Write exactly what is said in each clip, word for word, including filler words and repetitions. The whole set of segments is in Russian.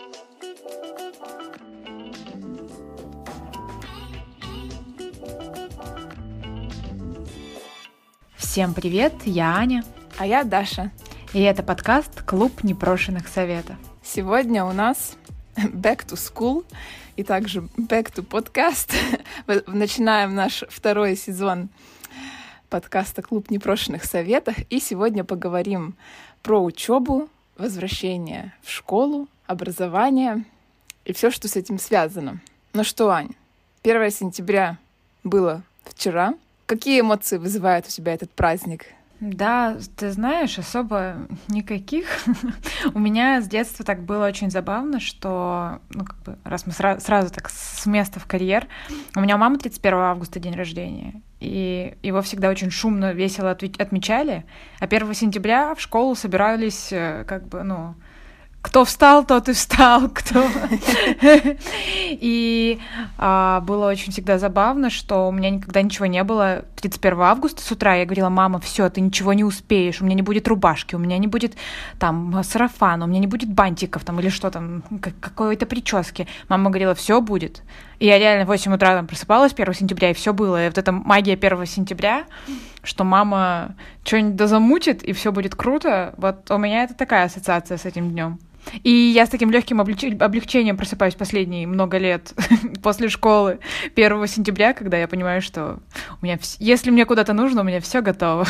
Всем привет, я Аня. А я Даша. И это подкаст «Клуб непрошенных советов». Сегодня у нас Back to School и также Back to Podcast. Начинаем наш второй сезон подкаста «Клуб непрошенных советов». И сегодня поговорим про учебу, возвращение в школу, образование и все, что с этим связано. Ну что, Ань, первое сентября было вчера. Какие эмоции вызывает у тебя этот праздник? Да, ты знаешь, особо никаких. У меня с детства так было очень забавно, что, ну, как бы, раз мы сра- сразу так с места в карьер, у меня у мамы тридцать первого августа день рождения, и его всегда очень шумно, весело отв- отмечали, а первого сентября в школу собирались, как бы, ну, кто встал, тот и встал, кто... И а, было очень всегда забавно, что у меня никогда ничего не было. тридцать первого августа с утра я говорила: мама, все, ты ничего не успеешь, у меня не будет рубашки, у меня не будет там сарафана, у меня не будет бантиков там или что там, какой-то прически. Мама говорила: все будет. И я реально в восемь утра там просыпалась первого сентября, и все было. И вот эта магия первого сентября, что мама что-нибудь дозамутит, и все будет круто, вот у меня это такая ассоциация с этим днем. И я с таким легким облег... облегчением просыпаюсь последние много лет после школы первого сентября, когда я понимаю, что у меня, вс... если мне куда-то нужно, у меня все готово.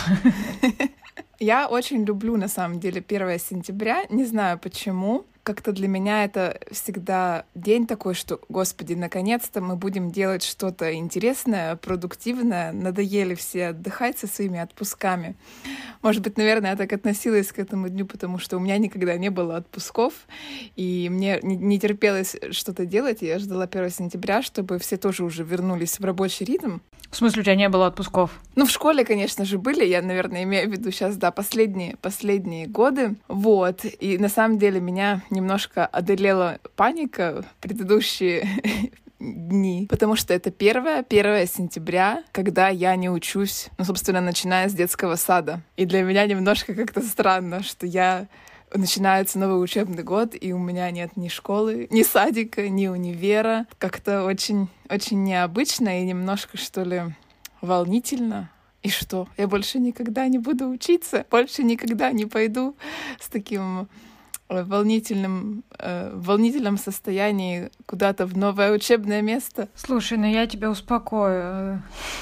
Я очень люблю, на самом деле, первого сентября. Не знаю почему. Как-то для меня это всегда день такой, что, господи, наконец-то мы будем делать что-то интересное, продуктивное. Надоели все отдыхать со своими отпусками. Может быть, наверное, я так относилась к этому дню, потому что у меня никогда не было отпусков, и мне не, не терпелось что-то делать. И я ждала первого сентября, чтобы все тоже уже вернулись в рабочий ритм. В смысле, у тебя не было отпусков? Ну, в школе, конечно же, были. Я, наверное, имею в виду сейчас, да, последние, последние годы. Вот. И на самом деле меня немножко одолела паника в предыдущие дни, потому что это первое, первое сентября, когда я не учусь, ну, собственно, начиная с детского сада. И для меня немножко как-то странно, что я... Начинается новый учебный год, и у меня нет ни школы, ни садика, ни универа. Как-то очень, очень необычно и немножко, что ли, волнительно. И что? Я больше никогда не буду учиться, больше никогда не пойду с таким волнительным, э, волнительном состоянии куда-то в новое учебное место. Слушай, ну я тебя успокою.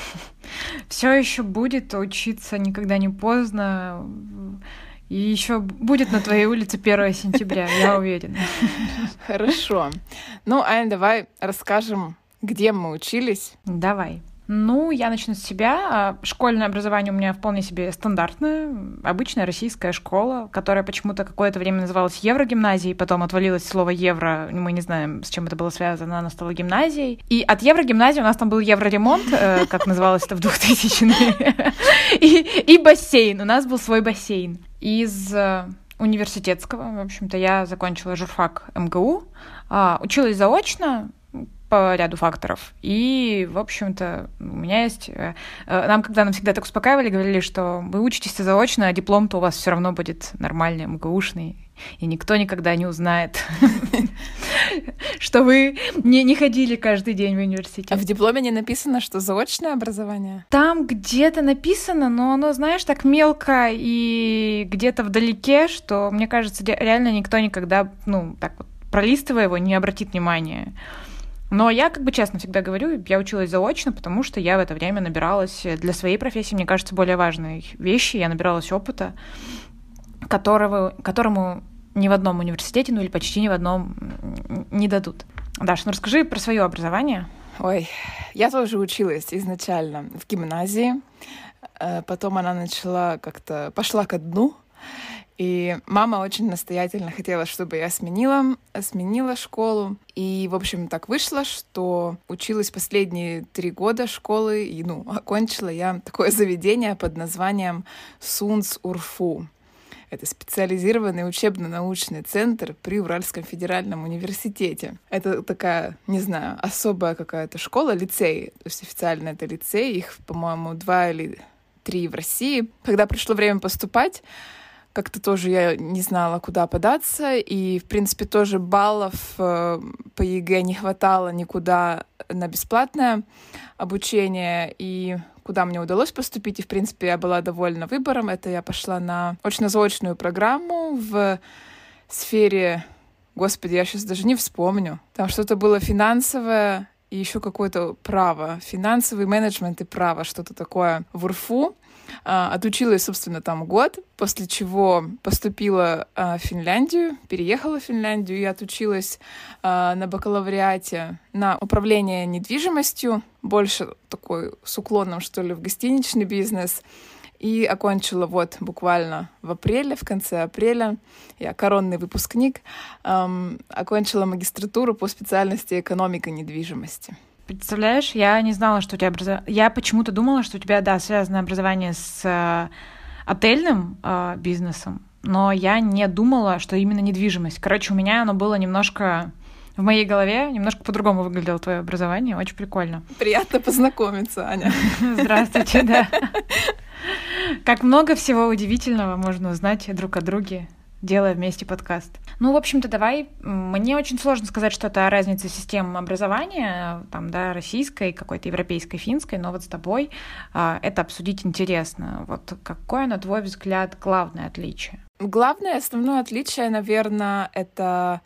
Все еще будет учиться, никогда не поздно. И еще будет на твоей улице первого сентября, я уверена. Хорошо. Ну, Аня, давай расскажем, где мы учились. Давай. Ну, я начну с себя. Школьное образование у меня вполне себе стандартное. Обычная российская школа, которая почему-то какое-то время называлась Еврогимназией, потом отвалилось слово «евро», мы не знаем, с чем это было связано, она стала гимназией. И от Еврогимназии у нас там был евроремонт, как называлось это в двухтысячные, и, и бассейн. У нас был свой бассейн. Из университетского, в общем-то, я закончила журфак эм гэ у, училась заочно, по ряду факторов. И, в общем-то, у меня есть... Нам, когда нам всегда так успокаивали, говорили, что вы учитесь заочно, а диплом-то у вас все равно будет нормальный, эм гэ у-шный, и никто никогда не узнает, что вы не ходили каждый день в университет. А в дипломе не написано, что заочное образование? Там где-то написано, но оно, знаешь, так мелко и где-то вдалеке, что, мне кажется, реально никто никогда, ну, так вот, пролистывая его, не обратит внимания. Но я, как бы честно всегда говорю, я училась заочно, потому что я в это время набиралась для своей профессии, мне кажется, более важные вещи. Я набиралась опыта, которого, которому ни в одном университете, ну или почти ни в одном не дадут. Даша, ну расскажи про свое образование. Ой, я тоже училась изначально в гимназии, потом она начала как-то, пошла ко дну, и мама очень настоятельно хотела, чтобы я сменила, сменила школу. И, в общем, так вышло, что училась последние три года школы, и, ну, окончила я такое заведение под названием СУНС-УРФУ. Это специализированный учебно-научный центр при Уральском федеральном университете. Это такая, не знаю, особая какая-то школа, лицей. То есть официально это лицей. Их, по-моему, два или три в России. Когда пришло время поступать, как-то тоже я не знала, куда податься, и, в принципе, тоже баллов э, по ЕГЭ не хватало никуда на бесплатное обучение, и куда мне удалось поступить, и, в принципе, я была довольна выбором. Это я пошла на очно-заочную программу в сфере... Господи, я сейчас даже не вспомню. Там что-то было финансовое и еще какое-то право. Финансовый менеджмент и право, что-то такое в УрФУ. Отучилась, собственно, там год, после чего поступила в Финляндию, переехала в Финляндию и отучилась на бакалавриате на управление недвижимостью, больше такой с уклоном, что ли, в гостиничный бизнес. И окончила вот буквально в апреле, в конце апреля, я коронный выпускник, эм, окончила магистратуру по специальности экономика недвижимости. Представляешь, я не знала, что у тебя образование... Я почему-то думала, что у тебя, да, связано образование с э, отельным э, бизнесом, но я не думала, что именно недвижимость. Короче, у меня оно было немножко... В моей голове немножко по-другому выглядело твое образование. Очень прикольно. Приятно познакомиться, Аня. Здравствуйте, да. Как много всего удивительного можно узнать друг о друге, делая вместе подкаст. Ну, в общем-то, давай. Мне очень сложно сказать что-то о разнице систем образования, там, да, российской, какой-то европейской, финской, но вот с тобой а, это обсудить интересно. Вот какое, на твой взгляд, главное отличие? Главное, основное отличие, наверное, это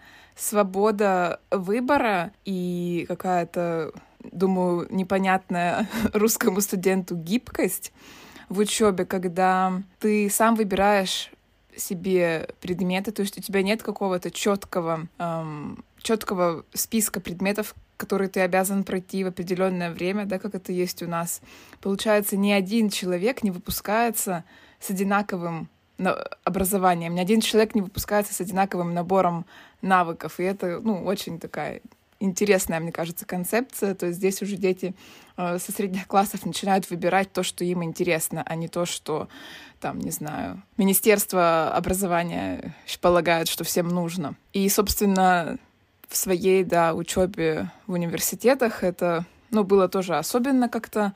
свобода выбора и какая-то, думаю, непонятная русскому студенту гибкость в учебе, когда ты сам выбираешь себе предметы, то есть у тебя нет какого-то четкого, эм, четкого списка предметов, которые ты обязан пройти в определенное время, да, как это есть у нас. Получается, ни один человек не выпускается с одинаковым образованием, ни один человек не выпускается с одинаковым набором навыков, и это, ну, очень такая интересная, мне кажется, концепция. То есть здесь уже дети э, со средних классов начинают выбирать то, что им интересно, а не то, что, там, не знаю, Министерство образования полагает, что всем нужно. И, собственно, в своей, да, учебе в университетах это, ну, было тоже особенно как-то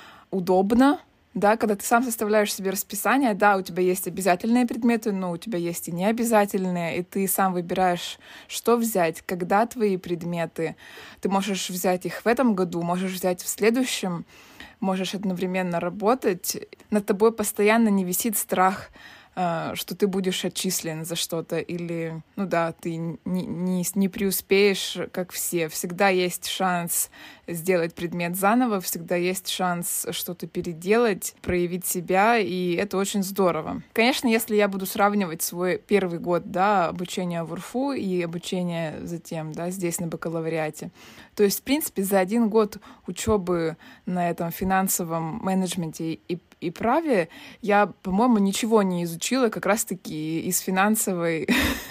удобно, да, когда ты сам составляешь себе расписание, да, у тебя есть обязательные предметы, но у тебя есть и необязательные, и ты сам выбираешь, что взять, когда твои предметы. Ты можешь взять их в этом году, можешь взять в следующем, можешь одновременно работать. Над тобой постоянно не висит страх, что ты будешь отчислен за что-то, или, ну да, ты не, не, не преуспеешь, как все. Всегда есть шанс сделать предмет заново, всегда есть шанс что-то переделать, проявить себя, и это очень здорово. Конечно, если я буду сравнивать свой первый год, да, обучения в УрФУ и обучение затем, да, здесь на бакалавриате, то есть, в принципе, за один год учебы на этом финансовом менеджменте и и праве я, по-моему, ничего не изучила как раз-таки из финансовой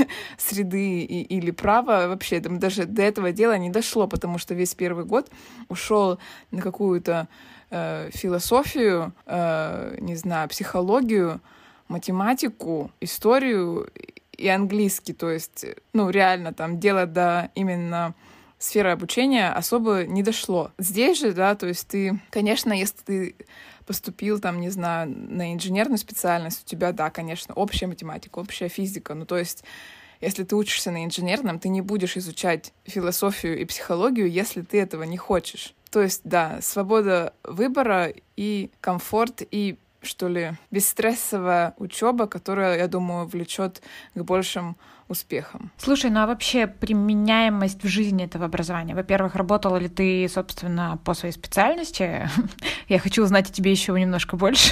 среды и, или права. Вообще, там даже до этого дела не дошло, потому что весь первый год ушел на какую-то э, философию, э, не знаю, психологию, математику, историю и английский. То есть, ну, реально, там дело до именно сферы обучения особо не дошло. Здесь же, да, то есть ты, конечно, если ты поступил, там, не знаю, на инженерную специальность, у тебя, да, конечно, общая математика, общая физика. Ну, то есть, если ты учишься на инженерном, ты не будешь изучать философию и психологию, если ты этого не хочешь. То есть, да, свобода выбора и комфорт, и, что ли, бесстрессовая учеба, которая, я думаю, влечет к большим успехом. Слушай, ну а вообще применяемость в жизни этого образования? Во-первых, работала ли ты, собственно, по своей специальности? Я хочу узнать о тебе еще немножко больше.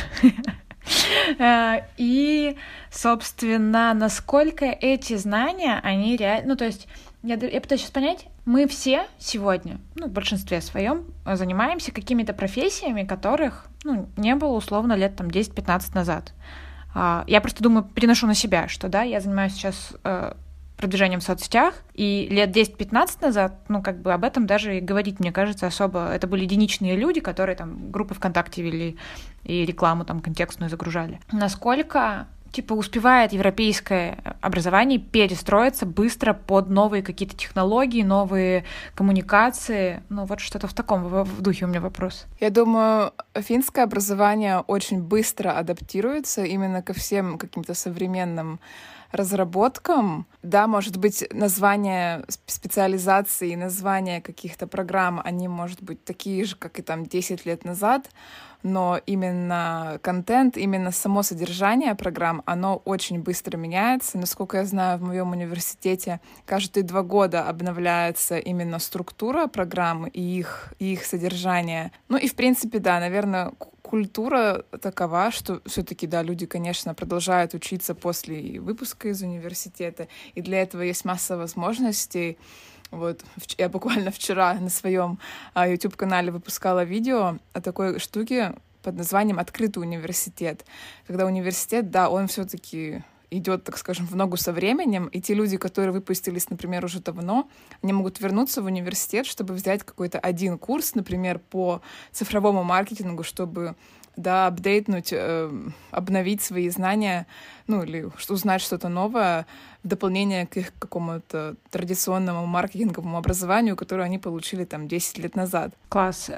И, собственно, насколько эти знания, они реально... Ну, то есть, я, я пытаюсь сейчас понять, мы все сегодня, ну, в большинстве своем, занимаемся какими-то профессиями, которых, ну, не было, условно, лет там десять-пятнадцать назад. Я просто думаю, переношу на себя, что, да, я занимаюсь сейчас э, продвижением в соцсетях, и лет десять-пятнадцать назад, ну, как бы об этом даже и говорить, мне кажется, особо... Это были единичные люди, которые там группы ВКонтакте вели и рекламу там контекстную загружали. Насколько типа успевает европейское образование перестроиться быстро под новые какие-то технологии, новые коммуникации? Ну, вот что-то в таком в духе у меня вопрос. Я думаю, финское образование очень быстро адаптируется именно ко всем каким-то современным разработкам. Да, может быть, название специализации, названия каких-то программ, они, может быть, такие же, как и там десять лет назад, но именно контент, именно само содержание программ, оно очень быстро меняется. Насколько я знаю, в моем университете каждые два года обновляется именно структура программ и их, и их содержание. Ну и, в принципе, да, наверное, культура такова, что все-таки, да, люди, конечно, продолжают учиться после выпуска из университета, и для этого есть масса возможностей. Вот я буквально вчера на своем YouTube-канале выпускала видео о такой штуке под названием «Открытый университет». Когда университет, да, он все-таки идет, так скажем, в ногу со временем, и те люди, которые выпустились, например, уже давно, они могут вернуться в университет, чтобы взять какой-то один курс, например, по цифровому маркетингу, чтобы, да, апдейтнуть, э, обновить свои знания, ну, или узнать что-то новое в дополнение к их какому-то традиционному маркетинговому образованию, которое они получили там десять лет назад. Класс.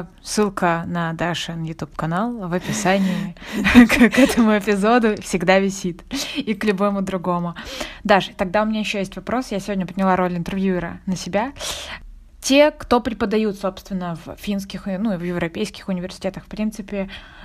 Ссылка на Дашин YouTube-канал в описании к этому эпизоду всегда висит. И к любому другому. Даш, тогда у меня еще есть вопрос. Я сегодня подняла роль интервьюера на себя. Те, кто преподают, собственно, в финских, ну и в европейских университетах, в принципе,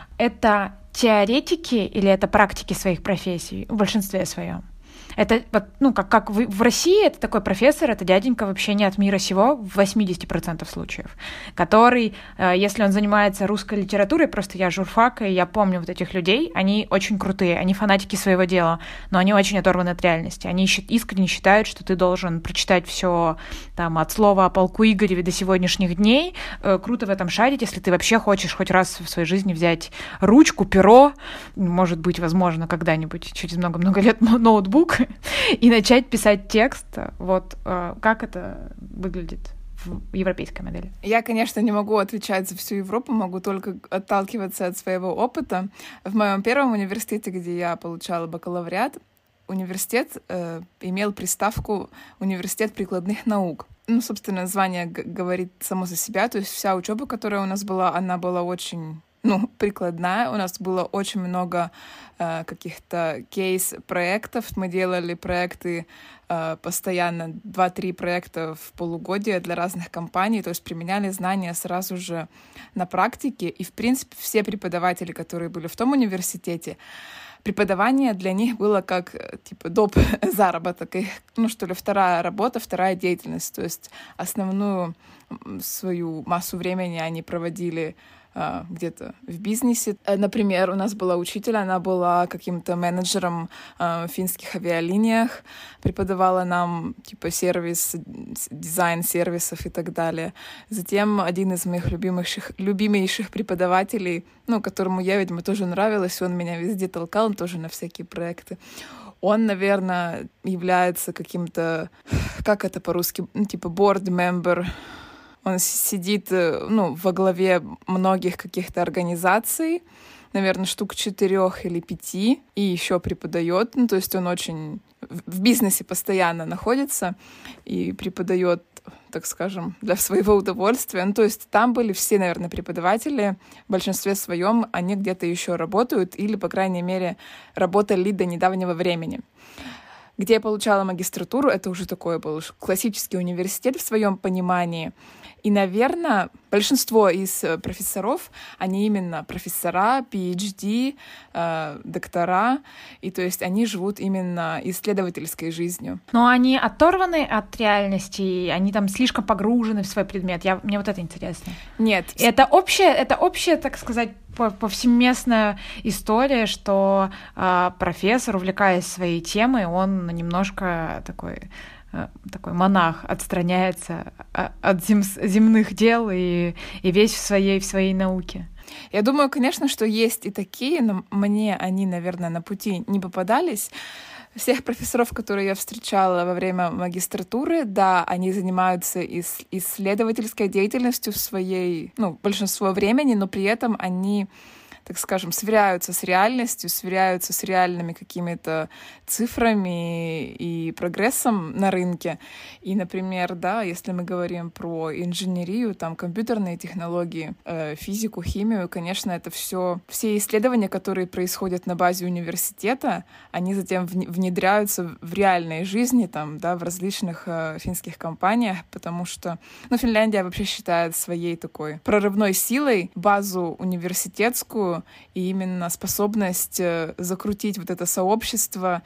это теоретики или это практики своих профессий в большинстве своем? Это, ну, как, как в, в России, это такой профессор, это дяденька вообще не от мира сего в восемьдесят процентов случаев, который, если он занимается русской литературой, просто я журфак, и я помню вот этих людей, они очень крутые, они фанатики своего дела, но они очень оторваны от реальности. Они искренне считают, что ты должен прочитать все там от слова о полку Игореве до сегодняшних дней, круто в этом шарить, если ты вообще хочешь хоть раз в своей жизни взять ручку, перо, может быть, возможно, когда-нибудь через много-много лет ноутбук, и начать писать текст. Вот как это выглядит в европейской модели? Я, конечно, не могу отвечать за всю Европу, могу только отталкиваться от своего опыта. В моем первом университете, где я получала бакалавриат, университет э, имел приставку «Университет прикладных наук». Ну, собственно, название г- говорит само за себя, то есть вся учеба, которая у нас была, она была очень... ну, прикладная. У нас было очень много э, каких-то кейс-проектов. Мы делали проекты э, постоянно, два-три проекта в полугодие для разных компаний, то есть применяли знания сразу же на практике. И, в принципе, все преподаватели, которые были в том университете, преподавание для них было как, типа, доп. Заработок. Их, ну, что ли, вторая работа, вторая деятельность. То есть основную свою массу времени они проводили где-то в бизнесе. Например, у нас была учитель, она была каким-то менеджером в финских авиалиниях, преподавала нам типа сервис, дизайн сервисов и так далее. Затем один из моих любимейших, любимейших преподавателей, ну, которому я, видимо, тоже нравилась, он меня везде толкал, тоже на всякие проекты. Он, наверное, является каким-то, как это по-русски, ну, типа board member. Он сидит, ну, во главе многих каких-то организаций, наверное, штук четырех или пяти, и еще преподает. Ну, то есть он очень в бизнесе постоянно находится и преподает, так скажем, для своего удовольствия. Ну, то есть там были все, наверное, преподаватели, в большинстве своем они где-то еще работают или, по крайней мере, работали до недавнего времени. Где я получала магистратуру, это уже такой был классический университет в своем понимании. И, наверное, большинство из профессоров, они именно профессора, пи эйч ди, э, доктора, и то есть они живут именно исследовательской жизнью. Но они оторваны от реальности, они там слишком погружены в свой предмет. Я, мне вот это интересно. Нет. Это общая, это общая, так сказать, повсеместная история, что э, профессор, увлекаясь своей темой, он немножко такой... такой монах, отстраняется от зем, земных дел и, и весь в своей, в своей науке. Я думаю, конечно, что есть и такие, но мне они, наверное, на пути не попадались. Всех профессоров, которые я встречала во время магистратуры, да, они занимаются исследовательской деятельностью в своей, ну, большинство времени, но при этом они так скажем, сверяются с реальностью, сверяются с реальными какими-то цифрами и прогрессом на рынке. И, например, да, если мы говорим про инженерию, там, компьютерные технологии, э, физику, химию, конечно, это все, все исследования, которые происходят на базе университета, они затем внедряются в реальной жизни, там, да, в различных э, финских компаниях, потому что, ну, Финляндия вообще считает своей такой прорывной силой базу университетскую и именно способность э, закрутить вот это сообщество,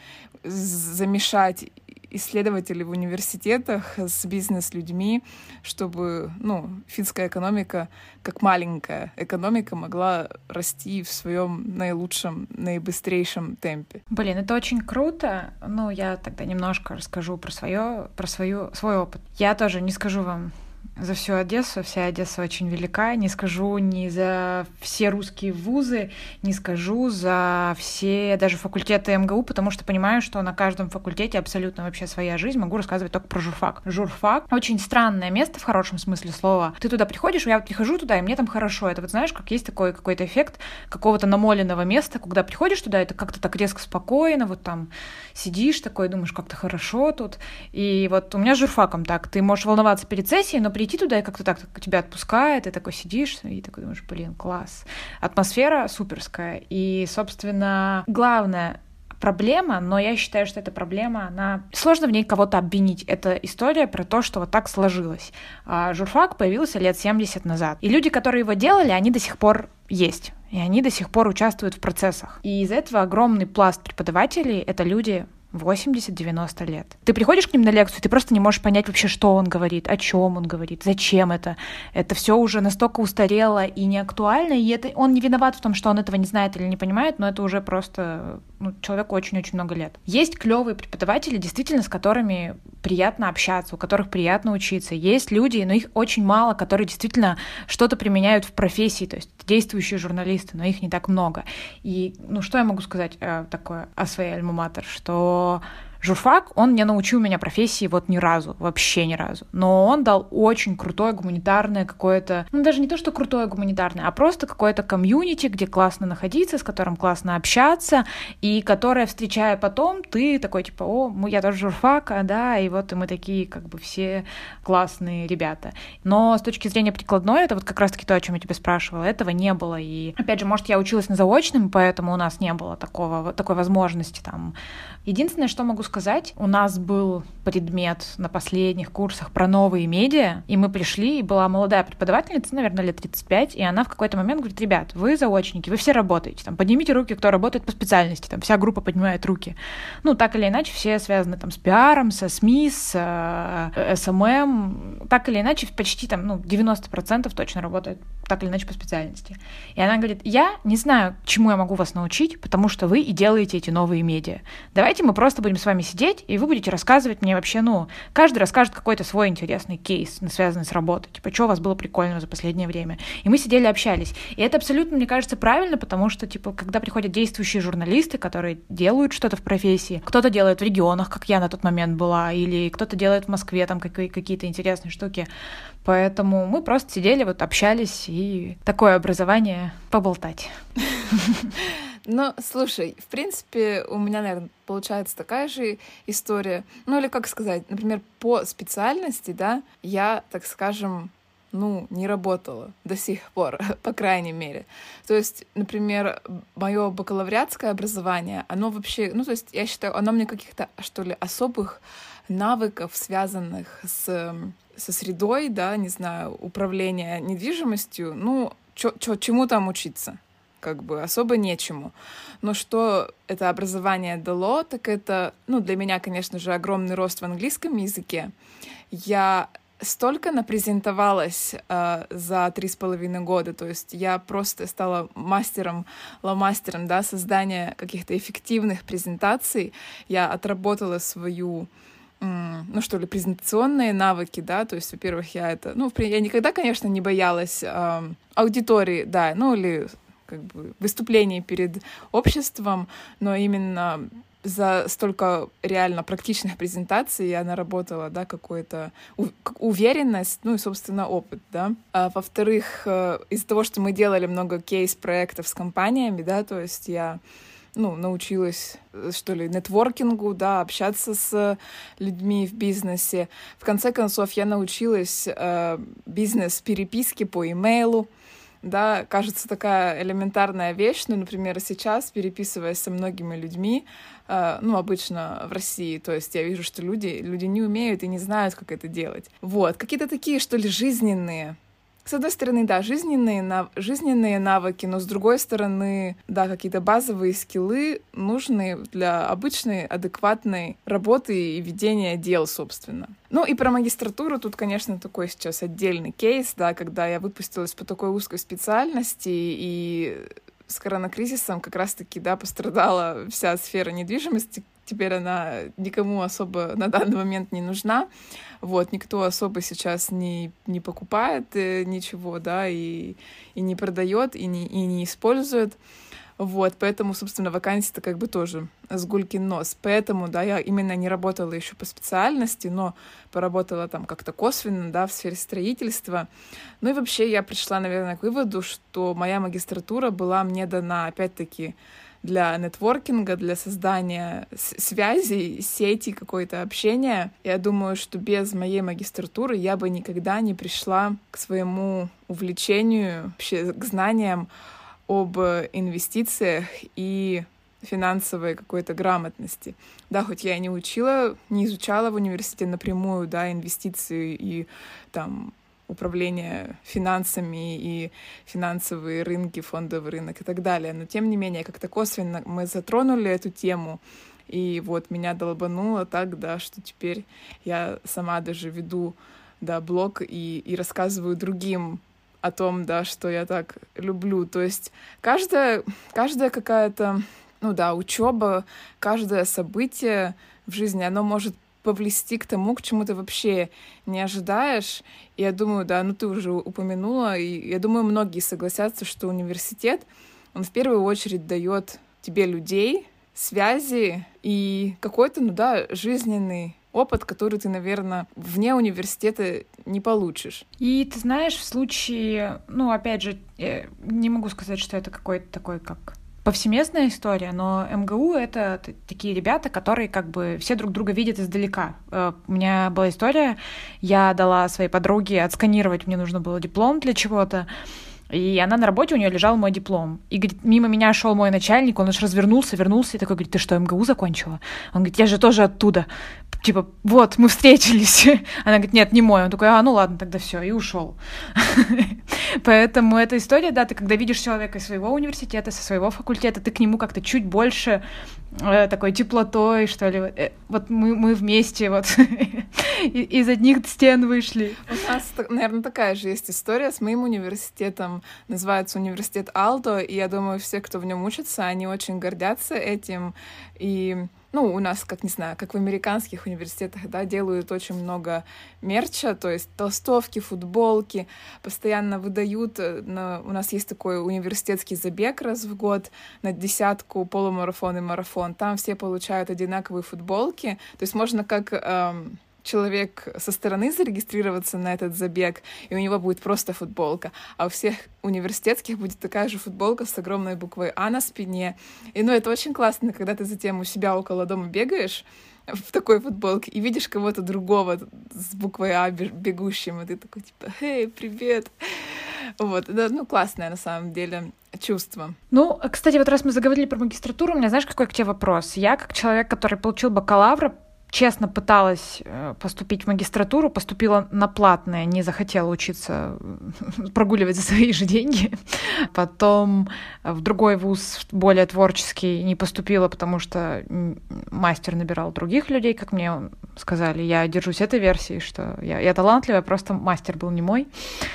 замешать исследователей в университетах с бизнес-людьми, чтобы, ну, финская экономика, как маленькая экономика, могла расти в своем наилучшем, наибыстрейшем темпе. Блин, это очень круто. Ну, я тогда немножко расскажу про свое, про свою, свой опыт. Я тоже не скажу вам за всю Одессу, вся Одесса очень велика, не скажу ни за все русские вузы, не скажу за все даже факультеты эм гэ у, потому что понимаю, что на каждом факультете абсолютно вообще своя жизнь, могу рассказывать только про журфак. Журфак — очень странное место в хорошем смысле слова. Ты туда приходишь, я вот прихожу туда, и мне там хорошо. Это вот знаешь, как есть такой какой-то эффект какого-то намоленного места, когда приходишь туда, это как-то так резко спокойно, вот там сидишь такой, думаешь, как-то хорошо тут. И вот у меня с журфаком так, ты можешь волноваться перед сессией, но прийти туда и как-то так тебя отпускает, ты такой сидишь и такой думаешь, блин, класс. Атмосфера суперская. И, собственно, главное проблема, но я считаю, что эта проблема, она... Сложно в ней кого-то обвинить. Это история про то, что вот так сложилось. А журфак появился лет семьдесят назад. И люди, которые его делали, они до сих пор есть. И они до сих пор участвуют в процессах. И из этого огромный пласт преподавателей — это люди восемьдесят-девяносто лет. Ты приходишь к ним на лекцию, ты просто не можешь понять вообще, что он говорит, о чем он говорит, зачем это. Это все уже настолько устарело и не актуально, и это он не виноват в том, что он этого не знает или не понимает, но это уже просто, ну, человеку очень-очень много лет. Есть клевые преподаватели, действительно, с которыми приятно общаться, у которых приятно учиться. Есть люди, но их очень мало, которые действительно что-то применяют в профессии, то есть действующие журналисты, но их не так много. И, ну, что я могу сказать э, такое о своей альма-матер, что журфак, он не научил меня профессии вот ни разу, вообще ни разу. Но он дал очень крутое гуманитарное какое-то, ну даже не то, что крутое гуманитарное, а просто какое-то комьюнити, где классно находиться, с которым классно общаться, и которое, встречая потом, ты такой типа, о, я тоже журфак, да, и вот и мы такие как бы все классные ребята. Но с точки зрения прикладной, это вот как раз-таки то, о чем я тебя спрашивала, этого не было. И опять же, может, я училась на заочном, поэтому у нас не было такого, такой возможности там. Единственное, что могу сказать, у нас был предмет на последних курсах про новые медиа, и мы пришли, и была молодая преподавательница, наверное, лет тридцать пять, и она в какой-то момент говорит, ребят, вы заочники, вы все работаете, там, поднимите руки, кто работает по специальности, там, вся группа поднимает руки. Ну, так или иначе, все связаны там с пиаром, со СМИ, с э, эс эм эм, так или иначе, почти там, ну, девяносто процентов точно работают так или иначе по специальности. И она говорит, я не знаю, чему я могу вас научить, потому что вы и делаете эти новые медиа. Давайте мы просто будем с вами сидеть, и вы будете рассказывать мне вообще, ну, каждый расскажет какой-то свой интересный кейс, связанный с работой, типа, что у вас было прикольного за последнее время. И мы сидели, общались. И это абсолютно, мне кажется, правильно, потому что, типа, когда приходят действующие журналисты, которые делают что-то в профессии, кто-то делает в регионах, как я на тот момент была, или кто-то делает в Москве там какие-то интересные штуки. Поэтому мы просто сидели, вот общались, и такое образование поболтать. Ну, слушай, в принципе, у меня, наверное, получается такая же история. Ну, или как сказать, например, по специальности, да, я, так скажем, ну, не работала до сих пор, по крайней мере. То есть, например, мое бакалавриатское образование, оно вообще, ну, то есть, я считаю, оно мне каких-то, что ли, особых навыков, связанных с, со средой, да, не знаю, управления недвижимостью, ну, чё, чё, чему там учиться? Как бы особо нечему. Но что это образование дало, так это, ну, для меня, конечно же, огромный рост в английском языке. Я столько напрезентовалась э, за три с половиной года, то есть я просто стала мастером, ломастером, да, создания каких-то эффективных презентаций. Я отработала свою ну что ли, презентационные навыки, да, то есть, во-первых, я это, ну, я никогда, конечно, не боялась э, аудитории, да, ну, или как бы выступлений перед обществом, но именно за столько реально практичных презентаций я наработала, да, какую-то у- уверенность, ну и, собственно, опыт, да. А, во-вторых, э, из-за того, что мы делали много кейс-проектов с компаниями, да, то есть я ну, научилась, что ли, нетворкингу, да, общаться с людьми в бизнесе. В конце концов, я научилась э, бизнес-переписке по имейлу, да, кажется, такая элементарная вещь, но, например, сейчас, переписываясь со многими людьми, э, ну, обычно в России, то есть я вижу, что люди, люди не умеют и не знают, как это делать. Вот, какие-то такие, что ли, жизненные, с одной стороны, да, жизненные, нав... жизненные навыки, но с другой стороны, да, какие-то базовые скиллы, нужные для обычной, адекватной работы и ведения дел, собственно. Ну и про магистратуру тут, конечно, такой сейчас отдельный кейс, да, когда я выпустилась по такой узкой специальности, и с коронакризисом как раз-таки, да, пострадала вся сфера недвижимости. Теперь она никому особо на данный момент не нужна. Вот, никто особо сейчас не, не покупает э, ничего, да, и, и не продает, и не, и не использует. Вот, поэтому, собственно, вакансия-то как бы тоже с гулькин нос. Поэтому, да, я именно не работала еще по специальности, но поработала там как-то косвенно, да, в сфере строительства. Ну и вообще я пришла, наверное, к выводу, что моя магистратура была мне дана, опять-таки, для нетворкинга, для создания связей, сети, какое-то общения. Я думаю, что без моей магистратуры я бы никогда не пришла к своему увлечению, вообще к знаниям об инвестициях и финансовой какой-то грамотности. Да, хоть я и не учила, не изучала в университете напрямую, да, инвестиции и там управление финансами и финансовые рынки, фондовый рынок и так далее. Но, тем не менее, как-то косвенно мы затронули эту тему, и вот меня долбануло так, да, что теперь я сама даже веду, да, блог и, и рассказываю другим о том, да, что я так люблю. То есть каждая, каждая какая-то, ну да, учеба, каждое событие в жизни, оно может повлести к тому, к чему ты вообще не ожидаешь. И я думаю, да, ну ты уже упомянула, и я думаю, многие согласятся, что университет, он в первую очередь дает тебе людей, связи и какой-то, ну да, жизненный опыт, который ты, наверное, вне университета не получишь. И ты знаешь, в случае, ну, опять же, я не могу сказать, что это какой-то такой, как повсеместная история, но МГУ — это такие ребята, которые как бы все друг друга видят издалека. У меня была история, я дала своей подруге отсканировать, мне нужно было диплом для чего-то, и она на работе, у нее лежал мой диплом. И, говорит, мимо меня шел мой начальник, он аж развернулся, вернулся и такой говорит: ты что, МГУ закончила? Он говорит: я же тоже оттуда. Типа, вот, мы встретились. Она говорит: нет, не мой. Он такой: а, ну ладно, тогда все, и ушел. Поэтому эта история, да, ты когда видишь человека из своего университета, со своего факультета, ты к нему как-то чуть больше э, такой теплотой, что ли. Э, вот мы, мы вместе вот из одних стен вышли. У нас, наверное, такая же есть история с моим университетом. Называется университет Aalto, и я думаю, все, кто в нем учатся, они очень гордятся этим. И ну, у нас, как, не знаю, как в американских университетах, да, делают очень много мерча, то есть толстовки, футболки, постоянно выдают. На... У нас есть такой университетский забег раз в год на десятку, полумарафон и марафон. Там все получают одинаковые футболки. То есть можно как эм, человек со стороны зарегистрироваться на этот забег, и у него будет просто футболка, а у всех университетских будет такая же футболка с огромной буквой А на спине. И ну, это очень классно, когда ты затем у себя около дома бегаешь в такой футболке и видишь кого-то другого с буквой А бегущим, и ты такой типа: «Эй, привет!» Вот, да, ну, классное на самом деле чувство. Ну, кстати, вот раз мы заговорили про магистратуру, у меня, знаешь, какой к тебе вопрос? Я, как человек, который получил бакалавра, честно пыталась поступить в магистратуру, поступила на платное, не захотела учиться, прогуливать за свои же деньги. Потом в другой вуз, более творческий, не поступила, потому что мастер набирал других людей, как мне сказали. Я держусь этой версии, что я, я талантливая, просто мастер был не мой.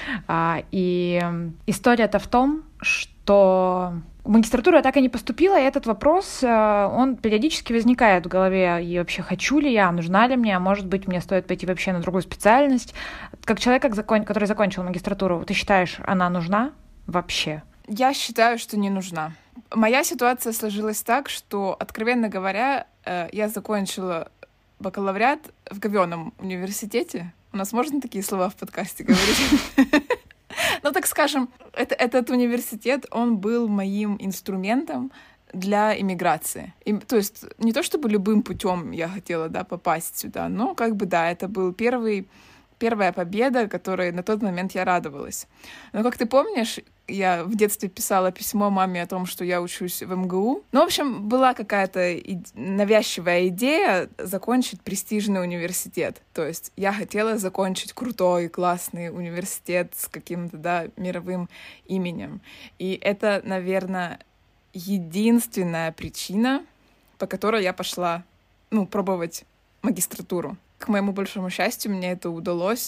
И история-то в том, что в магистратуру я так и не поступила, и этот вопрос, он периодически возникает в голове. И вообще, хочу ли я, нужна ли мне, а может быть, мне стоит пойти вообще на другую специальность. Как человек, который закончил магистратуру, ты считаешь, она нужна вообще? я считаю, что не нужна. Моя ситуация сложилась так, что, откровенно говоря, я закончила бакалавриат в говёном университете. У нас можно такие слова в подкасте говорить? Ну, так скажем, это, этот университет, он был моим инструментом для иммиграции. И, то есть не то чтобы любым путем я хотела, да, попасть сюда, но как бы, да, это был первый, первая победа, которой на тот момент я радовалась. Но, как ты помнишь, я в детстве писала письмо маме о том, что я учусь в эм гэ у. Ну, в общем, была какая-то и... навязчивая идея закончить престижный университет. То есть я хотела закончить крутой, классный университет с каким-то, да, мировым именем. И это, наверное, единственная причина, по которой я пошла, ну, пробовать магистратуру. К моему большому счастью, мне это удалось.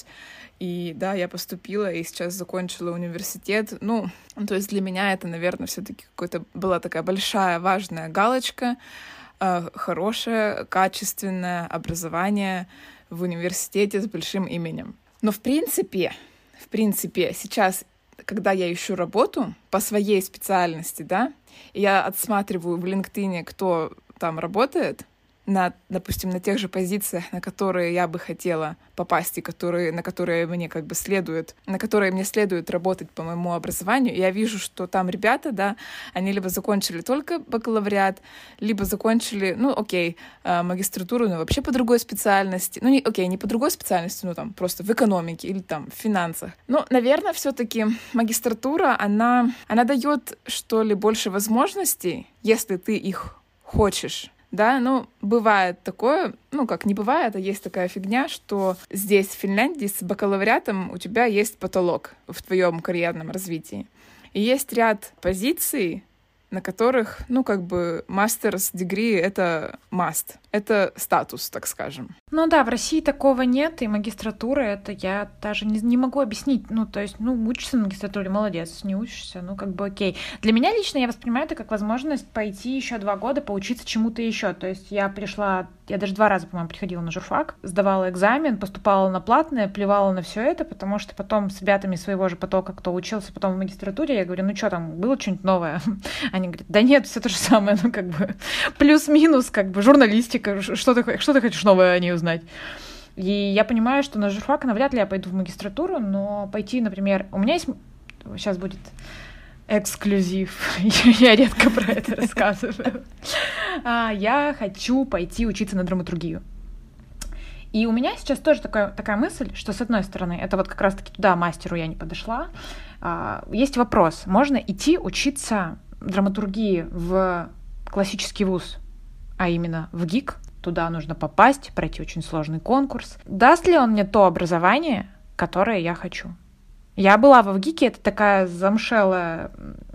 И да, я поступила и сейчас закончила университет. Ну, то есть для меня это, наверное, все-таки какая-то была такая большая, важная галочка, э, хорошее, качественное образование в университете с большим именем. Но в принципе, в принципе, сейчас, когда я ищу работу по своей специальности, да, и я отсматриваю в LinkedIn, кто там работает, на, допустим, на тех же позициях, на которые я бы хотела попасть и которые, на которые мне как бы следует, на которые мне следует работать по моему образованию, и я вижу, что там ребята, да, они либо закончили только бакалавриат, либо закончили, ну, окей, магистратуру, но вообще по другой специальности, ну, не, окей, не по другой специальности, ну, там, просто в экономике или там в финансах. Ну, наверное, все-таки магистратура, она, она дает, что ли, больше возможностей, если ты их хочешь. Да, ну, бывает такое, ну, как не бывает, а есть такая фигня, что здесь, в Финляндии, с бакалавриатом у тебя есть потолок в твоем карьерном развитии. И есть ряд позиций, на которых, ну, как бы, master's degree — это must. Это статус, так скажем. Ну да, в России такого нет, и магистратура — это я даже не, не могу объяснить. Ну, то есть, ну, учишься на магистратуре, молодец, не учишься, ну, как бы окей. Для меня лично я воспринимаю это как возможность пойти еще два года поучиться чему-то еще. То есть я пришла, я даже два раза, по-моему, приходила на журфак, сдавала экзамен, поступала на платное, плевала на все это, потому что потом с ребятами своего же потока, кто учился потом в магистратуре, я говорю, ну что там, было что-нибудь новое? Они говорят, да нет, все то же самое, ну, как бы, плюс-минус, как бы, журналистика, что ты, что ты хочешь новое о ней узнать? И я понимаю, что на журфак навряд ли я пойду в магистратуру, но пойти, например, у меня есть... Сейчас будет эксклюзив, я редко про это рассказываю. Я хочу пойти учиться на драматургию. И у меня сейчас тоже такая, такая мысль, что, с одной стороны, это вот как раз-таки туда мастеру я не подошла. Есть вопрос, можно идти учиться драматургии в классический вуз, а именно в ГИК, туда нужно попасть, пройти очень сложный конкурс. Даст ли он мне то образование, которое я хочу? Я была в ВГИКе, это такая замшелое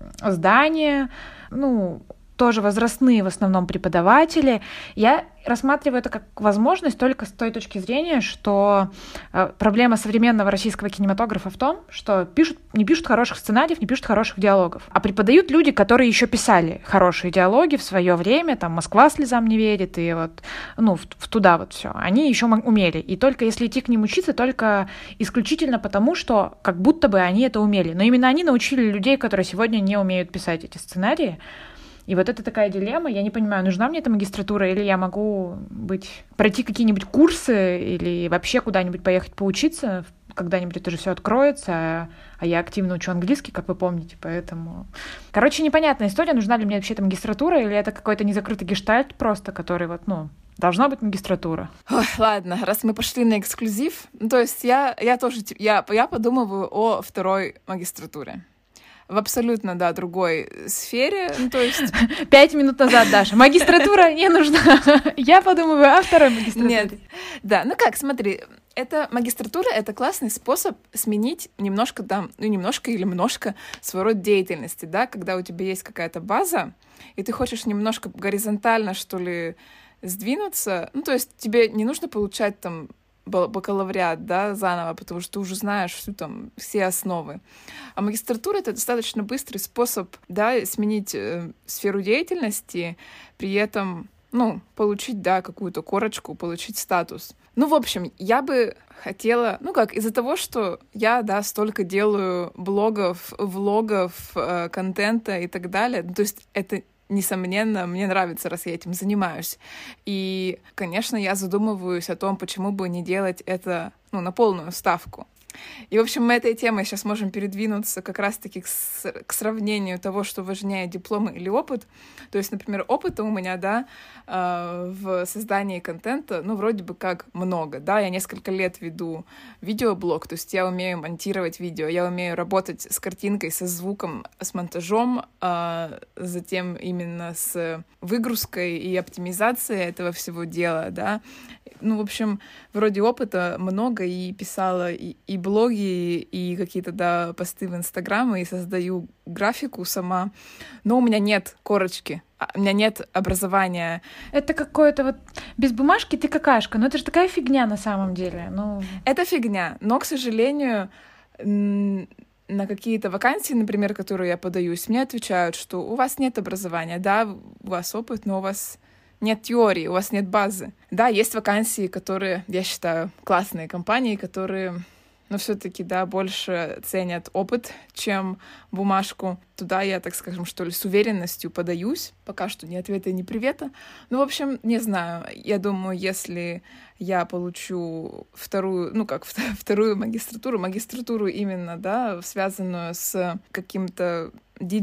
здание, ну, тоже возрастные в основном преподаватели. Я рассматриваю это как возможность только с той точки зрения, что э, проблема современного российского кинематографа в том, что пишут, не пишут хороших сценариев, не пишут хороших диалогов, а преподают люди, которые еще писали хорошие диалоги в свое время, там «Москва слезам не верит» и вот, ну, в, в туда вот все. Они еще умели. И только если идти к ним учиться, только исключительно потому, что как будто бы они это умели. Но именно они научили людей, которые сегодня не умеют писать эти сценарии. И вот это такая дилемма. Я не понимаю, нужна мне эта магистратура, или я могу быть, пройти какие-нибудь курсы, или вообще куда-нибудь поехать поучиться. Когда-нибудь это же все откроется, а я активно учу английский, как вы помните, поэтому... Короче, непонятная история, нужна ли мне вообще эта магистратура, или это какой-то незакрытый гештальт просто, который вот, ну, должна быть магистратура. Ой, ладно, раз мы пошли на эксклюзив, ну, то есть я, я тоже, я, я подумываю о второй магистратуре. В абсолютно, да, другой сфере, ну, то есть... Пять минут назад, Даша, магистратура не нужна. Я подумываю о второй магистратуре. Нет, да, ну как, смотри, это магистратура — это классный способ сменить немножко, там, ну, немножко или немножко свой род деятельности, да, когда у тебя есть какая-то база, и ты хочешь немножко горизонтально, что ли, сдвинуться, ну, то есть тебе не нужно получать, там, бакалавриат, да, заново, потому что ты уже знаешь всю, там, все основы. А магистратура — это достаточно быстрый способ, да, сменить э, сферу деятельности, при этом, ну, получить, да, какую-то корочку, получить статус. Ну, в общем, я бы хотела, ну как, из-за того, что я, да, столько делаю блогов, влогов, э, контента и так далее, ну, то есть это, несомненно, мне нравится, раз я этим занимаюсь. И, конечно, я задумываюсь о том, почему бы не делать это, ну, на полную ставку. И, в общем, мы этой темой сейчас можем передвинуться как раз-таки к, с- к сравнению того, что важнее, диплом или опыт. То есть, например, опыта у меня, да, э, в создании контента, ну, вроде бы как много, да, я несколько лет веду видеоблог, то есть я умею монтировать видео, я умею работать с картинкой, со звуком, с монтажом, э, затем именно с выгрузкой и оптимизацией этого всего дела, да. Ну, в общем, вроде опыта много, и писала и, и блоги, и какие-то, да, посты в Инстаграм, и создаю графику сама, но у меня нет корочки, а- у меня нет образования. Это какое-то вот без бумажки ты какашка. Ну это же такая фигня на самом деле. Ну, Это фигня, но, к сожалению, м, на какие-то вакансии, например, которые я подаюсь, мне отвечают, что у вас нет образования, да, у вас опыт, но у вас нет теории, у вас нет базы. Да, есть вакансии, которые, я считаю, классные компании, которые, но все-таки, да, больше ценят опыт, чем бумажку. Туда я, так скажем, что ли, с уверенностью подаюсь. Пока что ни ответа, ни привета. Ну, в общем, не знаю. Я думаю, если я получу вторую, ну как, вторую магистратуру, магистратуру именно, да, связанную с каким-то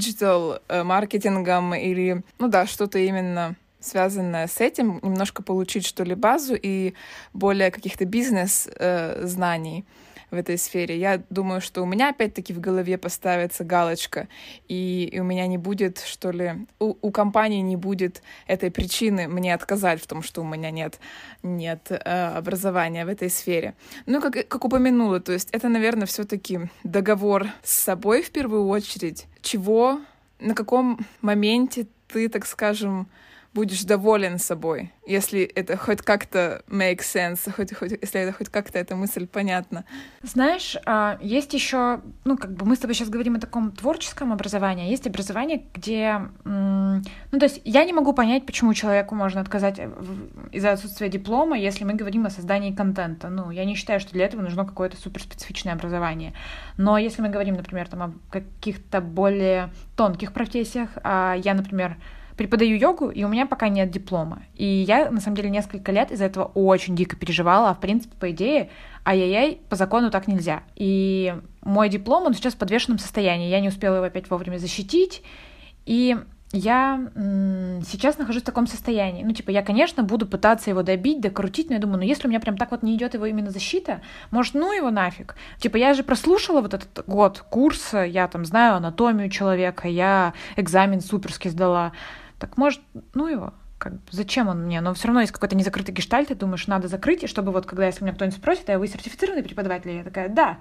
диджитал-маркетингом или, ну да, что-то именно связанное с этим, немножко получить, что ли, базу и более каких-то бизнес-знаний в этой сфере. Я думаю, что у меня опять-таки в голове поставится галочка, и, и у меня не будет, что ли, у, у компании не будет этой причины мне отказать в том, что у меня нет, нет э, образования в этой сфере. Ну, как, как упомянула, то есть это, наверное, все-таки договор с собой в первую очередь. Чего, на каком моменте ты, так скажем, будешь доволен собой, если это хоть как-то make sense, хоть, хоть, если это хоть как-то эта мысль понятна. знаешь, а, есть еще, ну, как бы мы с тобой сейчас говорим о таком творческом образовании, а есть образование, где, м, ну, то есть я не могу понять, почему человеку можно отказать в- из-за отсутствия диплома, если мы говорим о создании контента. Ну, я не считаю, что для этого нужно какое-то суперспецифичное образование. Но если мы говорим, например, там, о каких-то более тонких профессиях, а я, например, преподаю йогу, и у меня пока нет диплома. И я, на самом деле, несколько лет из-за этого очень дико переживала, а в принципе, по идее, ай-яй-яй, по закону так нельзя. И мой диплом, он сейчас в подвешенном состоянии, я не успела его опять вовремя защитить, и я м, сейчас нахожусь в таком состоянии. Ну, типа, я, конечно, буду пытаться его добить, докрутить, но я думаю, ну, если у меня прям так вот не идет его именно защита, может, ну его нафиг. Типа, я же прослушала вот этот год курса, я там знаю анатомию человека, я экзамен суперски сдала. Так может, ну его, как бы, зачем он мне? Но все равно есть какой-то незакрытый гештальт, ты думаешь, надо закрыть, и чтобы вот, когда если меня кто-нибудь спросит, а вы сертифицированный преподаватель? Я такая, да,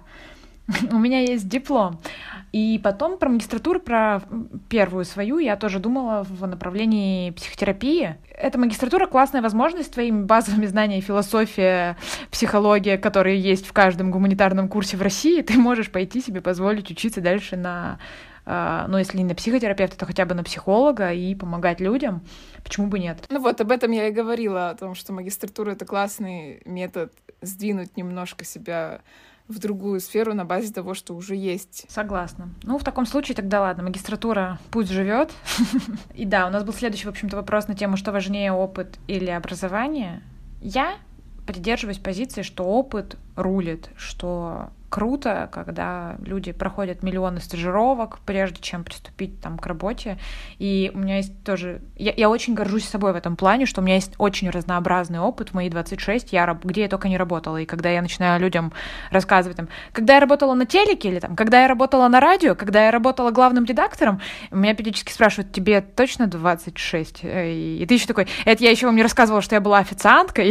у меня есть диплом. И потом про магистратуру, про первую свою, я тоже думала в направлении психотерапии. Эта магистратура — классная возможность твоими базовыми знаниями философия, психология, которые есть в каждом гуманитарном курсе в России, ты можешь пойти себе позволить учиться дальше на, ну, если не на психотерапевта, то хотя бы на психолога и помогать людям. Почему бы нет? Ну вот, об этом я и говорила, о том, что магистратура — это классный метод сдвинуть немножко себя в другую сферу на базе того, что уже есть. Согласна. Ну, в таком случае тогда ладно, магистратура пусть живет. И да, у нас был следующий, в общем-то, вопрос на тему, что важнее, опыт или образование. Я придерживаюсь позиции, что опыт рулит, что круто, когда люди проходят миллионы стажировок, прежде чем приступить там к работе. И у меня есть тоже... Я, я очень горжусь собой в этом плане, что у меня есть очень разнообразный опыт в мои двадцать шесть, я, где я только не работала. И когда я начинаю людям рассказывать, там, когда я работала на телеке, или там, когда я работала на радио, когда я работала главным редактором, меня периодически спрашивают, тебе точно двадцать шесть? И ты еще такой... Это я еще вам не рассказывала, что я была официанткой.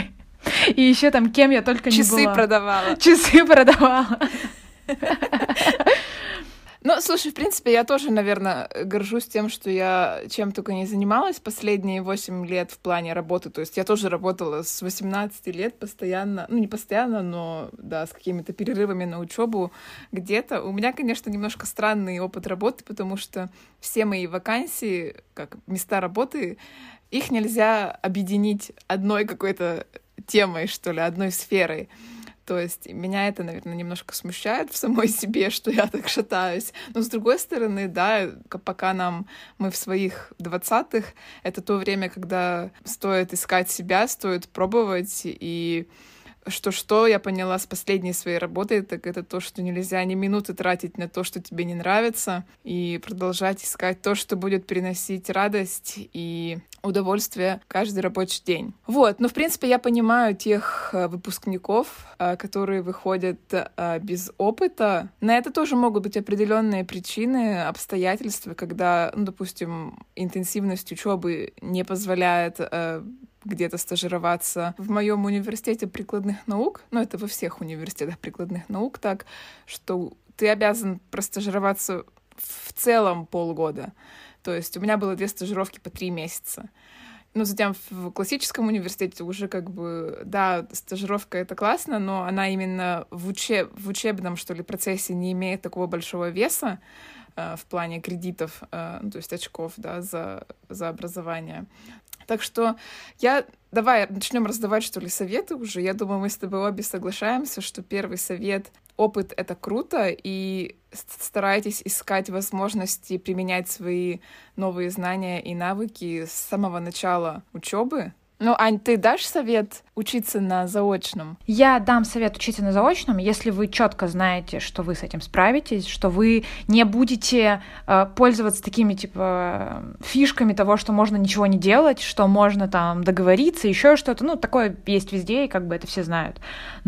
И еще там кем я только не была. Часы продавала. Часы продавала. Ну, слушай, в принципе, я тоже, наверное, горжусь тем, что я чем только не занималась последние восемь лет в плане работы. То есть я тоже работала с восемнадцати лет постоянно, ну, не постоянно, но, да, с какими-то перерывами на учебу где-то. У меня, конечно, немножко странный опыт работы, потому что все мои вакансии, как места работы, их нельзя объединить одной какой-то темой, что ли, одной сферой. То есть меня это, наверное, немножко смущает в самой себе, что я так шатаюсь. Но, с другой стороны, да, пока нам мы в своих двадцатых, это то время, когда стоит искать себя, стоит пробовать. И что-что я поняла с последней своей работой, так это то, что нельзя ни минуты тратить на то, что тебе не нравится, и продолжать искать то, что будет приносить радость и удовольствие каждый рабочий день. Вот, но в принципе я понимаю тех выпускников, которые выходят без опыта. На это тоже могут быть определенные причины, обстоятельства, когда, ну, допустим, интенсивность учебы не позволяет где-то стажироваться. В моем университете прикладных наук, ну это во всех университетах прикладных наук так, что ты обязан простажироваться в целом полгода. То есть у меня было две стажировки по три месяца. Но затем в классическом университете уже как бы, да, стажировка — это классно, но она именно в, учеб... в учебном, что ли, процессе не имеет такого большого веса э, в плане кредитов, э, ну, то есть очков, да, за, за образование. Так что я... Давай начнем раздавать, что ли, советы уже. Я думаю, мы с тобой обе соглашаемся, что первый совет — опыт — это круто, и старайтесь искать возможности применять свои новые знания и навыки с самого начала учебы. Ну, Ань, ты дашь совет учиться на заочном? Я дам совет учиться на заочном, если вы четко знаете, что вы с этим справитесь, что вы не будете э, пользоваться такими типа фишками того, что можно ничего не делать, что можно там договориться, еще что-то. Ну, такое есть везде, и как бы это все знают.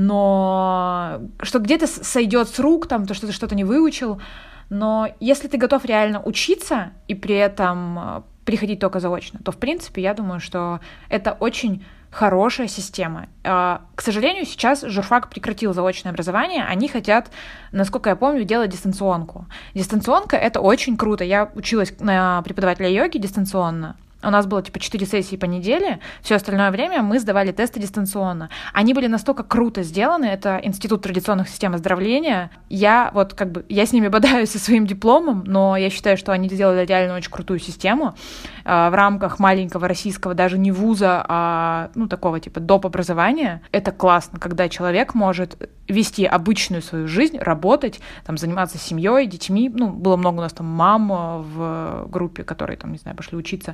Но что где-то сойдет с рук, там, то, что ты что-то не выучил. Но если ты готов реально учиться и при этом приходить только заочно, то, в принципе, я думаю, что это очень хорошая система. К сожалению, сейчас журфак прекратил заочное образование, они хотят, насколько я помню, делать дистанционку. Дистанционка — это очень круто. Я училась на преподавателя йоги дистанционно. У нас было типа четыре сессии по неделе, все остальное время мы сдавали тесты дистанционно. Они были настолько круто сделаны, это Институт традиционных систем оздоровления. Я вот как бы, я с ними бодаюсь со своим дипломом, но я считаю, что они сделали реально очень крутую систему э, в рамках маленького российского, даже не вуза, а ну такого типа доп. Образования. Это классно, когда человек может вести обычную свою жизнь, работать, там, заниматься семьей, детьми. Ну, было много у нас там мам в группе, которые там, не знаю, пошли учиться.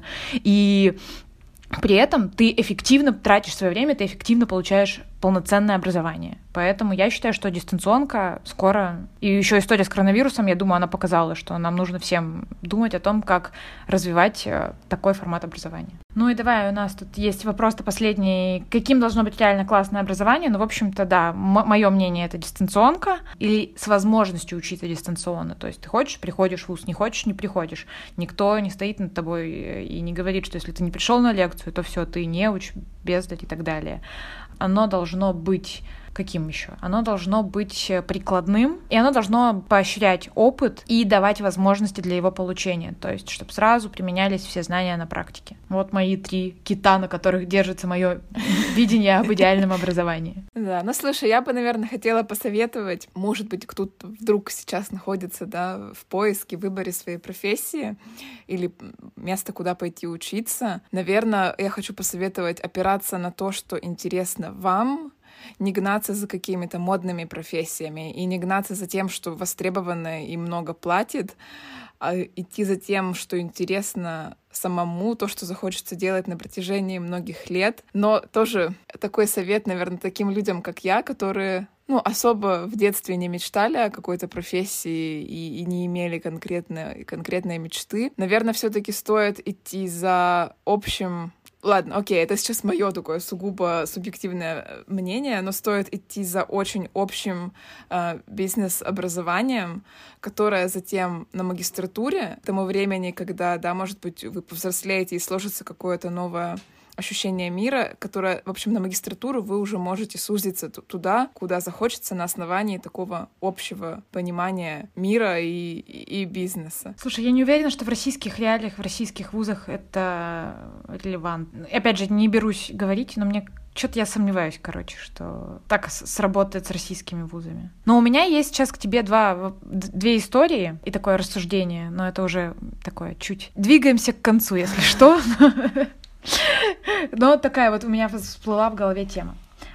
И при этом ты эффективно тратишь свое время, ты эффективно получаешь полноценное образование. Поэтому я считаю, что дистанционка скоро... И еще история с коронавирусом, я думаю, она показала, что нам нужно всем думать о том, как развивать такой формат образования. Ну и давай, у нас тут есть вопрос-то последний. Каким должно быть реально классное образование? Ну, в общем-то, да, м- мое мнение — это дистанционка или с возможностью учиться дистанционно. То есть ты хочешь — приходишь в вуз, не хочешь — не приходишь. Никто не стоит над тобой и не говорит, что если ты не пришел на лекцию, то все, ты не учь, бездарь и так далее. Оно должно быть... Каким еще? Оно должно быть прикладным, и оно должно поощрять опыт и давать возможности для его получения. То есть, чтобы сразу применялись все знания на практике. Вот мои три кита, на которых держится мое видение об идеальном образовании. Да, ну слушай, я бы, наверное, хотела посоветовать, может быть, кто-то вдруг сейчас находится, да, в поиске, выборе своей профессии или места, куда пойти учиться. Наверное, я хочу посоветовать опираться на то, что интересно вам, не гнаться за какими-то модными профессиями и не гнаться за тем, что востребовано и много платит, а идти за тем, что интересно самому, то, что захочется делать на протяжении многих лет. Но тоже такой совет, наверное, таким людям, как я, которые ну, особо в детстве не мечтали о какой-то профессии и, и не имели конкретно, конкретной мечты. Наверное, все-таки стоит идти за общим... Ладно, окей, это сейчас мое такое сугубо субъективное мнение, но стоит идти за очень общим э, бизнес-образованием, которое затем на магистратуре, к тому времени, когда, да, может быть, вы повзрослеете и сложится какое-то новое ощущение мира, которое, в общем, на магистратуру вы уже можете сузиться туда, куда захочется на основании такого общего понимания мира и, и, и бизнеса. Слушай, я не уверена, что в российских реалиях, в российских вузах это релевантно. Опять же, не берусь говорить, но мне что-то я сомневаюсь, короче, что так сработает с российскими вузами. Но у меня есть сейчас к тебе два, две истории и такое рассуждение, но это уже такое чуть... Двигаемся к концу, если что. Но такая вот у меня всплыла в голове тема.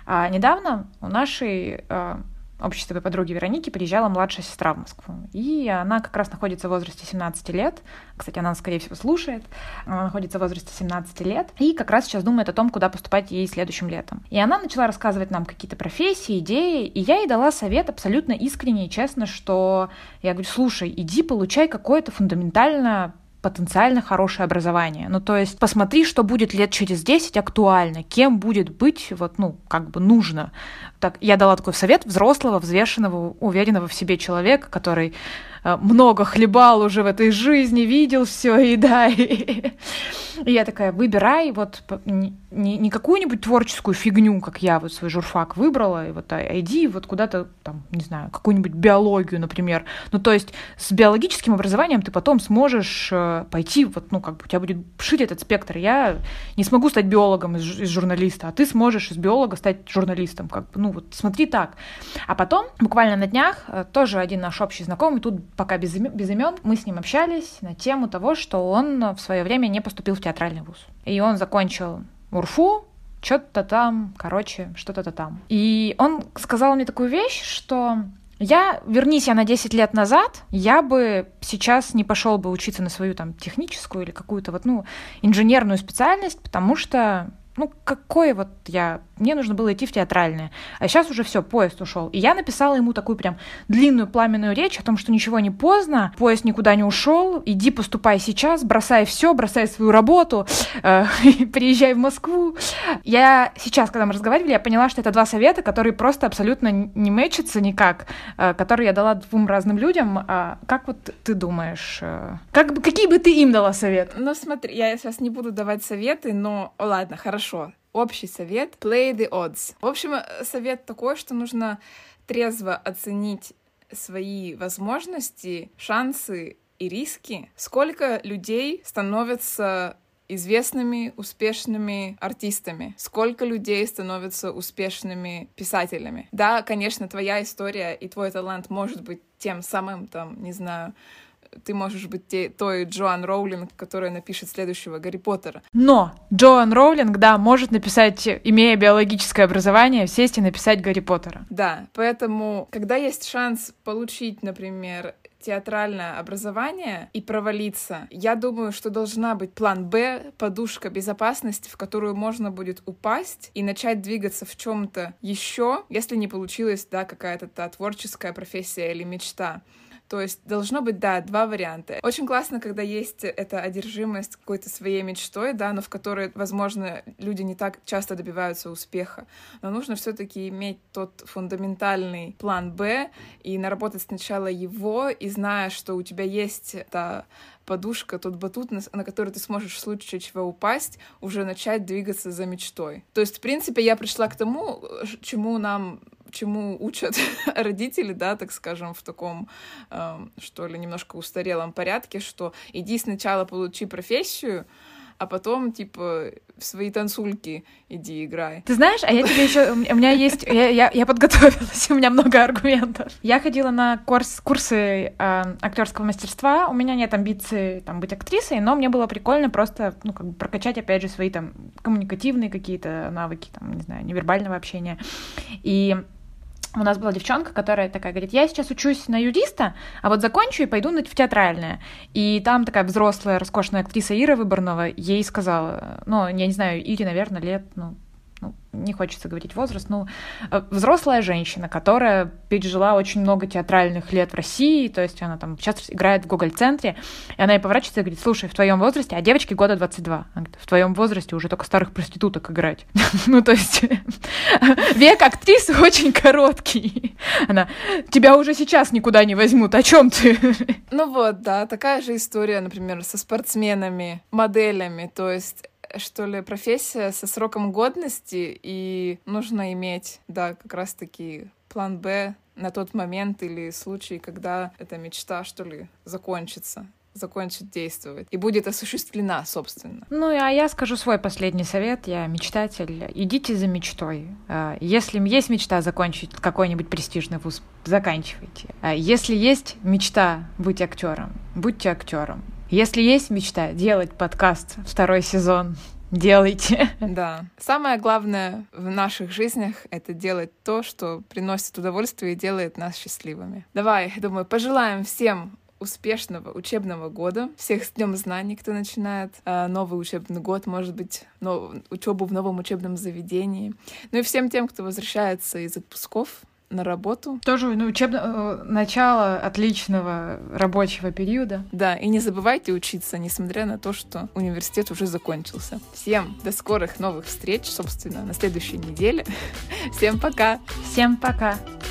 А недавно у нашей общей с тобой подруги Вероники приезжала младшая сестра в Москву. И она как раз находится в возрасте семнадцати лет. Кстати, она, скорее всего, слушает. Она находится в возрасте семнадцати лет. И как раз сейчас думает о том, куда поступать ей следующим летом. И она начала рассказывать нам какие-то профессии, идеи. И я ей дала совет абсолютно искренне и честно, что я говорю, слушай, иди получай какое-то фундаментально потенциально хорошее образование. Ну, то есть посмотри, что будет лет через десять актуально, кем будет быть, вот, ну, как бы нужно. Так, я дала такой совет взрослого, взвешенного, уверенного в себе человека, который э, много хлебал уже в этой жизни, видел все и да. И, и я такая, выбирай вот не, не какую-нибудь творческую фигню, как я вот свой журфак выбрала, и вот а, иди вот куда-то там, не знаю, какую-нибудь биологию, например. Ну, то есть с биологическим образованием ты потом сможешь э, пойти, вот, ну, как бы у тебя будет шире этот спектр. Я не смогу стать биологом из, из журналиста, а ты сможешь из биолога стать журналистом, как бы, ну, вот смотри так. А потом, буквально на днях, тоже один наш общий знакомый, тут пока без имен, без имен, мы с ним общались на тему того, что он в свое время не поступил в театральный вуз. И он закончил УрФУ, что-то там, короче, что-то там. И он сказал мне такую вещь, что я, вернись я на десять лет назад, я бы сейчас не пошел бы учиться на свою там техническую или какую-то вот, ну, инженерную специальность, потому что ну, какое вот я... Мне нужно было идти в театральное. А сейчас уже все, поезд ушел. И я написала ему такую прям длинную пламенную речь о том, что ничего не поздно, поезд никуда не ушел, иди поступай сейчас, бросай все, бросай свою работу, э, приезжай в Москву. Я сейчас, когда мы разговаривали, я поняла, что это два совета, которые просто абсолютно не мэчатся никак, э, которые я дала двум разным людям. А как вот ты думаешь, э, как бы, какие бы ты им дала советы? Ну, смотри, я сейчас не буду давать советы, но о, ладно, хорошо. Общий совет — play the odds. В общем, совет такой, что нужно трезво оценить свои возможности, шансы и риски. Сколько людей становятся известными, успешными артистами? Сколько людей становятся успешными писателями? Да, конечно, твоя история и твой талант может быть тем самым, там, не знаю, ты можешь быть те, той Джоан Роулинг, которая напишет следующего Гарри Поттера. Но Джоан Роулинг, да, может написать, имея биологическое образование, сесть и написать Гарри Поттера. Да, поэтому, когда есть шанс получить, например, театральное образование и провалиться, я думаю, что должна быть план Б, подушка безопасности, в которую можно будет упасть и начать двигаться в чем-то еще, если не получилась, да, какая-то та творческая профессия или мечта. То есть должно быть, да, два варианта. Очень классно, когда есть эта одержимость какой-то своей мечтой, да, но в которой, возможно, люди не так часто добиваются успеха. Но нужно все-таки иметь тот фундаментальный план Б и наработать сначала его, и зная, что у тебя есть та подушка, тот батут, на, на который ты сможешь в случае чего упасть, уже начать двигаться за мечтой. То есть, в принципе, я пришла к тому, чему нам чему учат родители, да, так скажем, в таком, э, что ли, немножко устарелом порядке, что иди сначала получи профессию, а потом, типа, в свои танцульки иди играй. Ты знаешь, а я тебе еще... У меня есть... Я, я, я подготовилась, у меня много аргументов. Я ходила на курс, курсы э, актерского мастерства, у меня нет амбиций там, быть актрисой, но мне было прикольно просто, ну, как бы прокачать, опять же, свои там коммуникативные какие-то навыки, там, не знаю, невербального общения. И у нас была девчонка, которая такая говорит, я сейчас учусь на юриста, а вот закончу и пойду в театральное. И там такая взрослая, роскошная актриса Ира Выборнова ей сказала, ну, я не знаю, Ире, наверное, лет, ну, ну, не хочется говорить возраст, ну, взрослая женщина, которая пережила очень много театральных лет в России, то есть она там сейчас играет в Гоголь-центре, и она ей поворачивается и говорит, слушай, в твоем возрасте, а девочке года двадцать два, она говорит, в твоем возрасте уже только старых проституток играть. Ну, то есть век актрисы очень короткий. Она, тебя уже сейчас никуда не возьмут, о чем ты? Ну вот, да, такая же история, например, со спортсменами, моделями, то есть что ли, профессия со сроком годности, и нужно иметь, да, как раз-таки план Б на тот момент или случай, когда эта мечта, что ли, закончится, закончит действовать и будет осуществлена, собственно. Ну, а я скажу свой последний совет, я мечтатель. Идите за мечтой. Если есть мечта закончить какой-нибудь престижный вуз, заканчивайте. Если есть мечта быть актером, будьте актером. Если есть мечта делать подкаст второй сезон, делайте. Да. Самое главное в наших жизнях — это делать то, что приносит удовольствие и делает нас счастливыми. Давай, думаю, пожелаем всем успешного учебного года, всех с Днем знаний, кто начинает э, новый учебный год, может быть, нов... учебу в новом учебном заведении. Ну и всем тем, кто возвращается из отпусков на работу. Тоже ну, учебное начало отличного рабочего периода. Да, и не забывайте учиться, несмотря на то, что университет уже закончился. Всем до скорых новых встреч, собственно, на следующей неделе. Всем пока! Всем пока!